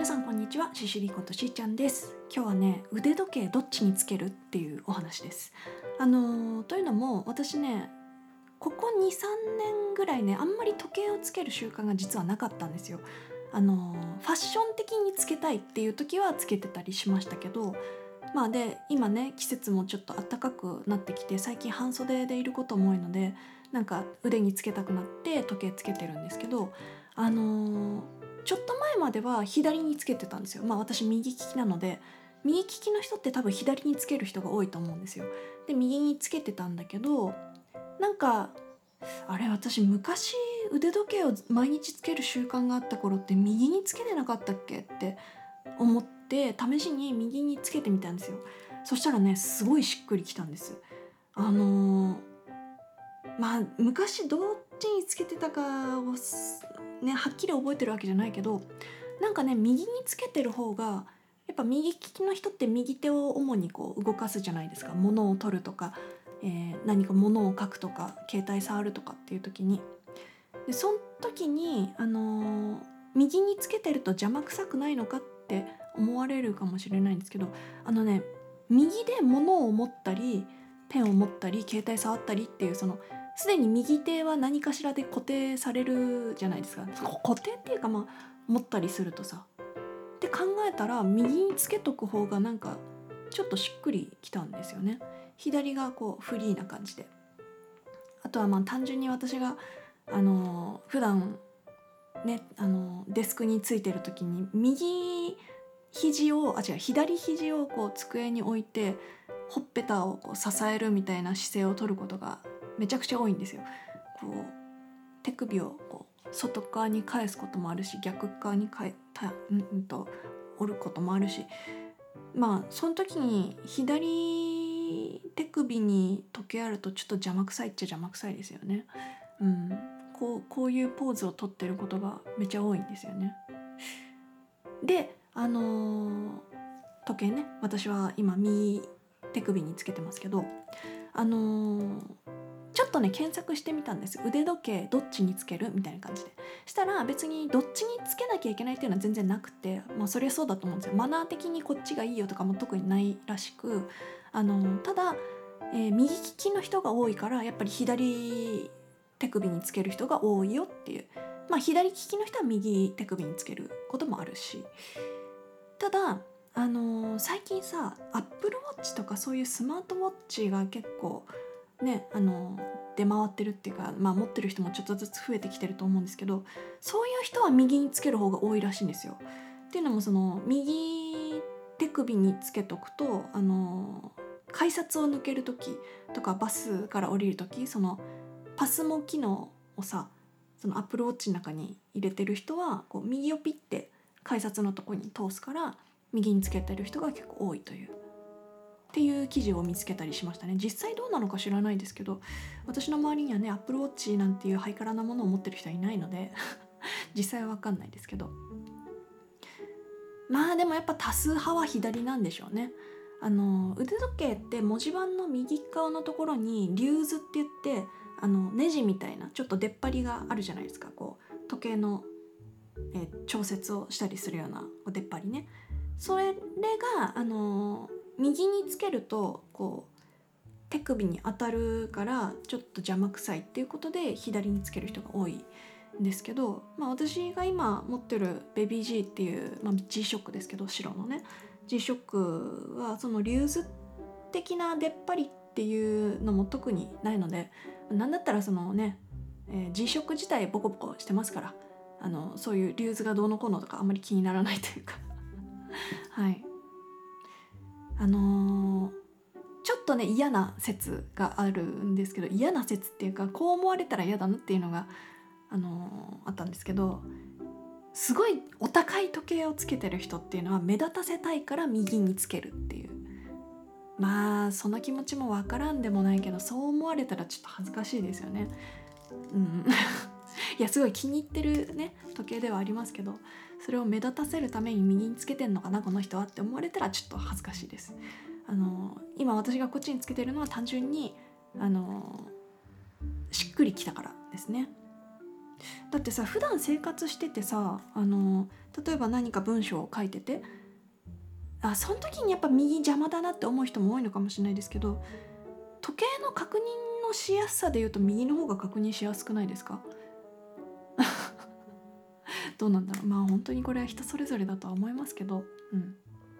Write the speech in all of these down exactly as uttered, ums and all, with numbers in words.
さんこんにちは、シシリことしーちゃんです。今日はね、腕時計どっちにつけるっていうお話です。あのー、というのも私ね、ここ にさんねんぐらいね、あんまり時計をつける習慣が実はなかったんですよ。あのー、ファッション的につけたいっていう時はつけてたりしましたけど、まあで今ね、季節もちょっと暖かくなってきて、最近半袖でいることも多いので、なんか腕につけたくなって時計つけてるんですけど、あのーちょっと前までは左につけてたんですよ。まあ私右利きなので、右利きの人って多分左につける人が多いと思うんですよ。で右につけてたんだけど、なんかあれ、私昔腕時計を毎日つける習慣があった頃って右につけてなかったっけって思って、試しに右につけてみたんですよ。そしたらね、すごいしっくりきたんです。あのーまあ昔どっちにつけてたかをね、はっきり覚えてるわけじゃないけど、なんかね、右につけてる方がやっぱ右利きの人って右手を主にこう動かすじゃないですか。物を取るとか、えー、何か物を書くとか携帯触るとかっていう時に、でその時に、あのー右につけてると邪魔くさくないのかって思われるかもしれないんですけど、あのね、右で物を持ったりペンを持ったり携帯触ったりっていう、そのすでに右手は何かしらで固定されるじゃないですか。固定っていうか、まあ持ったりするとさ、って考えたら右につけとく方がなんかちょっとしっくりきたんですよね。左がこうフリーな感じで。あとはまあ単純に私があのー普段ね、あのデスクについてる時に右肘をあ違う左肘をこう机に置いてほっぺたをこう支えるみたいな姿勢を取ることがめちゃくちゃ多いんですよ。こう手首をこう外側に返すこともあるし、逆側に返たうんうんと折ることもあるし、まあその時に左手首に時計あるとちょっと邪魔くさいっちゃ邪魔くさいですよね。うん、こう、こういうポーズをとってることがめちゃ多いんですよね。で、あのー時計ね、私は今右手首につけてますけど、あのーちょっとね検索してみたんです。腕時計どっちにつけるみたいな感じで。したら別にどっちにつけなきゃいけないっていうのは全然なくて、まあそりゃそうだと思うんですよ。マナー的にこっちがいいよとかも特にないらしく、あのーただ、えー右利きの人が多いからやっぱり左手首につける人が多いよっていう。まあ左利きの人は右手首につけることもあるし、ただあのー最近さ、アップルウォッチとかそういうスマートウォッチが結構ね、あのー出回ってるっていうか、まあ持ってる人もちょっとずつ増えてきてると思うんですけど、そういう人は右につける方が多いらしいんですよ。っていうのも、その右手首につけとくと、あのー改札を抜ける時とかバスから降りる時、そのパスモ機能をさ、そのアップルウォッチの中に入れてる人はこう右をピッて改札のとこに通すから右につけてる人が結構多いというっていう記事を見つけたりしましたね。実際どうなのか知らないですけど、私の周りにはね、アップルウォッチなんていうハイカラなものを持ってる人はいないので実際は分かんないですけど、まあでもやっぱ多数派は左なんでしょうね。あの腕時計って文字盤の右側のところにリューズって言って、あのネジみたいなちょっと出っ張りがあるじゃないですか。こう時計の、えー調節をしたりするような出っ張りね。それがあの右につけるとこう手首に当たるからちょっと邪魔くさいっていうことで左につける人が多いんですけど、まあ、私が今持ってるベビー G っていう、まあ、G ショックですけど、白のね G ショックはそのリューズ的な出っ張りっていうのも特にないので、なんだったらそのね、えー G ショック自体ボコボコしてますから、あのそういうリューズがどうのこうのとかあんまり気にならないというかはいあのーちょっとね嫌な説があるんですけど、嫌な説っていうかこう思われたら嫌だなっていうのが、あのーあったんですけど、すごいお高い時計をつけてる人っていうのは目立たせたいから右につけるっていう、まあその気持ちもわからんでもないけど、そう思われたらちょっと恥ずかしいですよね。うんいやすごい気に入ってるね時計ではありますけど、それを目立たせるために右につけてんのかなこの人はって思われたらちょっと恥ずかしいです。あの今私がこっちにつけてるのは単純にあのしっくりきたからですね。 だってさ、普段生活しててさ、あの例えば何か文章を書いてて、あその時にやっぱ右邪魔だなって思う人も多いのかもしれないですけど、時計の確認のしやすさで言うと右の方が確認しやすくないですか？どうなんだろう。まあ本当にこれは人それぞれだとは思いますけど、うん。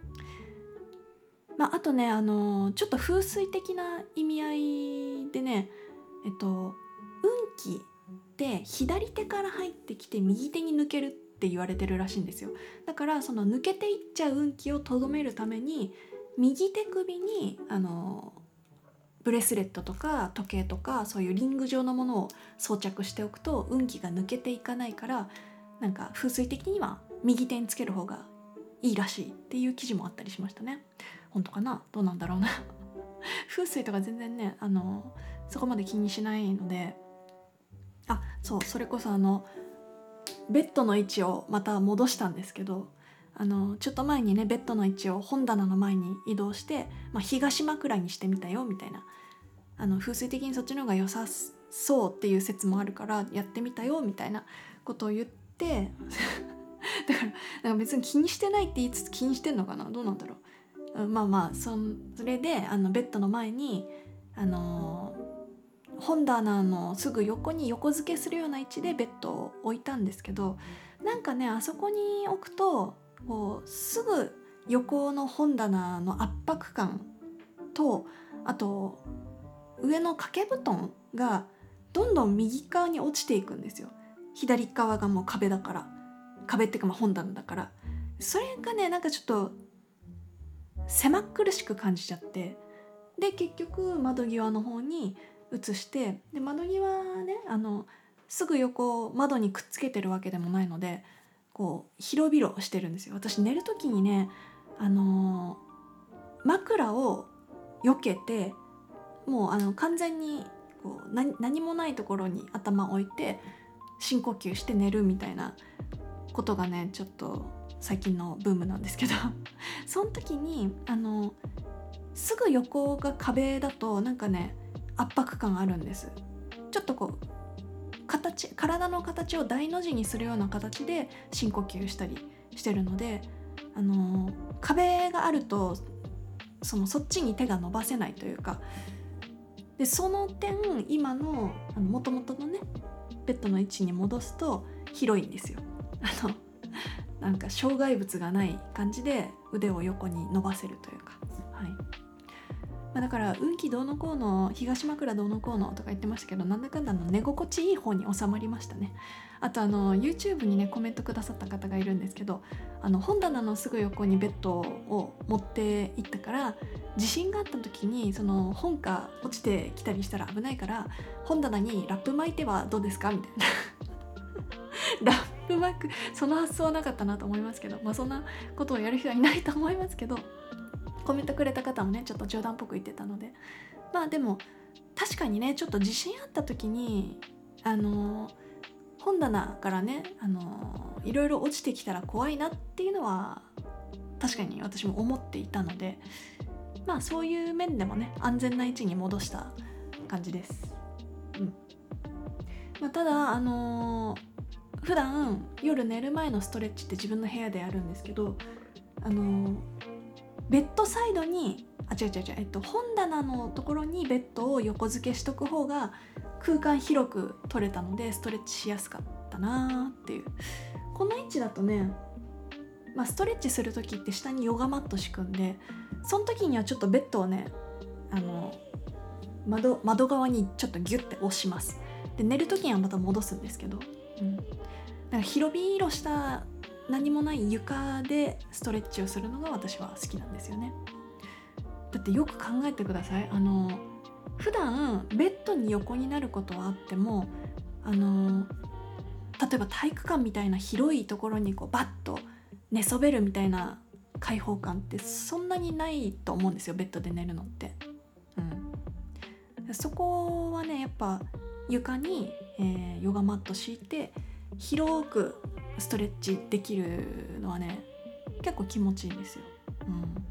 まああとね、あのちょっと風水的な意味合いでね、えっと運気って左手から入ってきて右手に抜けるって言われてるらしいんですよ。だからその抜けていっちゃう運気をとどめるために右手首にあのブレスレットとか時計とかそういうリング状のものを装着しておくと運気が抜けていかないから、なんか風水的には右手につける方がいいらしいっていう記事もあったりしましたね。本当かな、どうなんだろうな。風水とか全然ね、あのそこまで気にしないので。あ、そう、それこそあのベッドの位置をまた戻したんですけど、あのちょっと前にねベッドの位置を本棚の前に移動して、まあ、東枕にしてみたよみたいな、あの風水的にそっちの方が良さそうっていう説もあるからやってみたよみたいなことを言ってだから、だから別に気にしてないって言いつつ気にしてんのかな、どうなんだろう、うん、まあまあ そ, それであのベッドの前にあのー、本棚のすぐ横に横付けするような位置でベッドを置いたんですけど、なんかねあそこに置くとこうすぐ横の本棚の圧迫感と、あと上の掛け布団がどんどん右側に落ちていくんですよ。左側がもう壁だから、壁っていうかまあ本棚だから、それがねなんかちょっと狭苦しく感じちゃって、で結局窓際の方に移して、で窓際はねあのすぐ横窓にくっつけてるわけでもないので、こう広々してるんですよ。私寝る時にねあのー、枕を避けてもうあの完全にこう 何, 何もないところに頭を置いて深呼吸して寝るみたいなことがねちょっと最近のブームなんですけどその時にあのすぐ横が壁だとなんかね圧迫感あるんです。ちょっとこう形体の形を大の字にするような形で深呼吸したりしてるので、あの壁があるとそのそっちに手が伸ばせないというかで、その点今の元々のねベッドの位置に戻すと広いんですよ。あのなんか障害物がない感じで腕を横に伸ばせるというか、はいまあ、だから運気どうのこうの東枕どうのこうのとか言ってましたけど、なんだかんだの寝心地いい方に収まりましたね。あとあの YouTube にねコメントくださった方がいるんですけど、あの本棚のすぐ横にベッドを持っていったから地震があった時にその本が落ちてきたりしたら危ないから本棚にラップ巻いてはどうですかみたいなラップ巻く、その発想はなかったなと思いますけど、まあそんなことをやる人はいないと思いますけど、コメントくれた方もねちょっと冗談っぽく言ってたので、まあでも確かにねちょっと地震あった時にあの本棚からねあのいろいろ落ちてきたら怖いなっていうのは確かに私も思っていたので、まあそういう面でもね安全な位置に戻した感じです。うんまあ、ただあの普段夜寝る前のストレッチって自分の部屋でやるんですけど、あのベッドサイドにあ違う違う違う、えっと、本棚のところにベッドを横付けしとく方が空間広く取れたのでストレッチしやすかったなっていう。この位置だとね、まあ、ストレッチする時って下にヨガマット敷くんで、その時にはちょっとベッドをねあの 窓, 窓側にちょっとギュッて押します。で寝る時にはまた戻すんですけど、うん、だから広々した何もない床でストレッチをするのが私は好きなんですよね。だってよく考えてください。あの普段ベッドに横になることはあっても、あの例えば体育館みたいな広いところにこうバッと寝そべるみたいな開放感ってそんなにないと思うんですよ、ベッドで寝るのって、うん、そこはねやっぱ床に、えー、ヨガマット敷いて広くストレッチできるのはね結構気持ちいいんですよ、うん、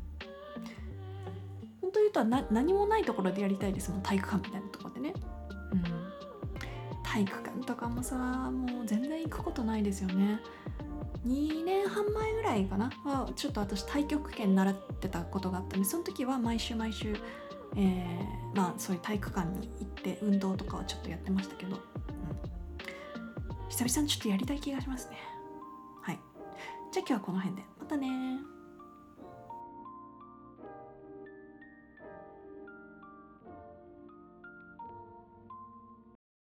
本当言うとはな何もないところでやりたいですもん、体育館みたいなところでね、うん、 体育館とかもさ、もう全然行くことないですよね。にねんはんまえぐらいかなはちょっと私太極拳習ってたことがあったんで、その時は毎週毎週、えー、まあそういう体育館に行って運動とかはちょっとやってましたけど、うん、久々にちょっとやりたい気がしますね。はい、じゃあ今日はこの辺でまたね。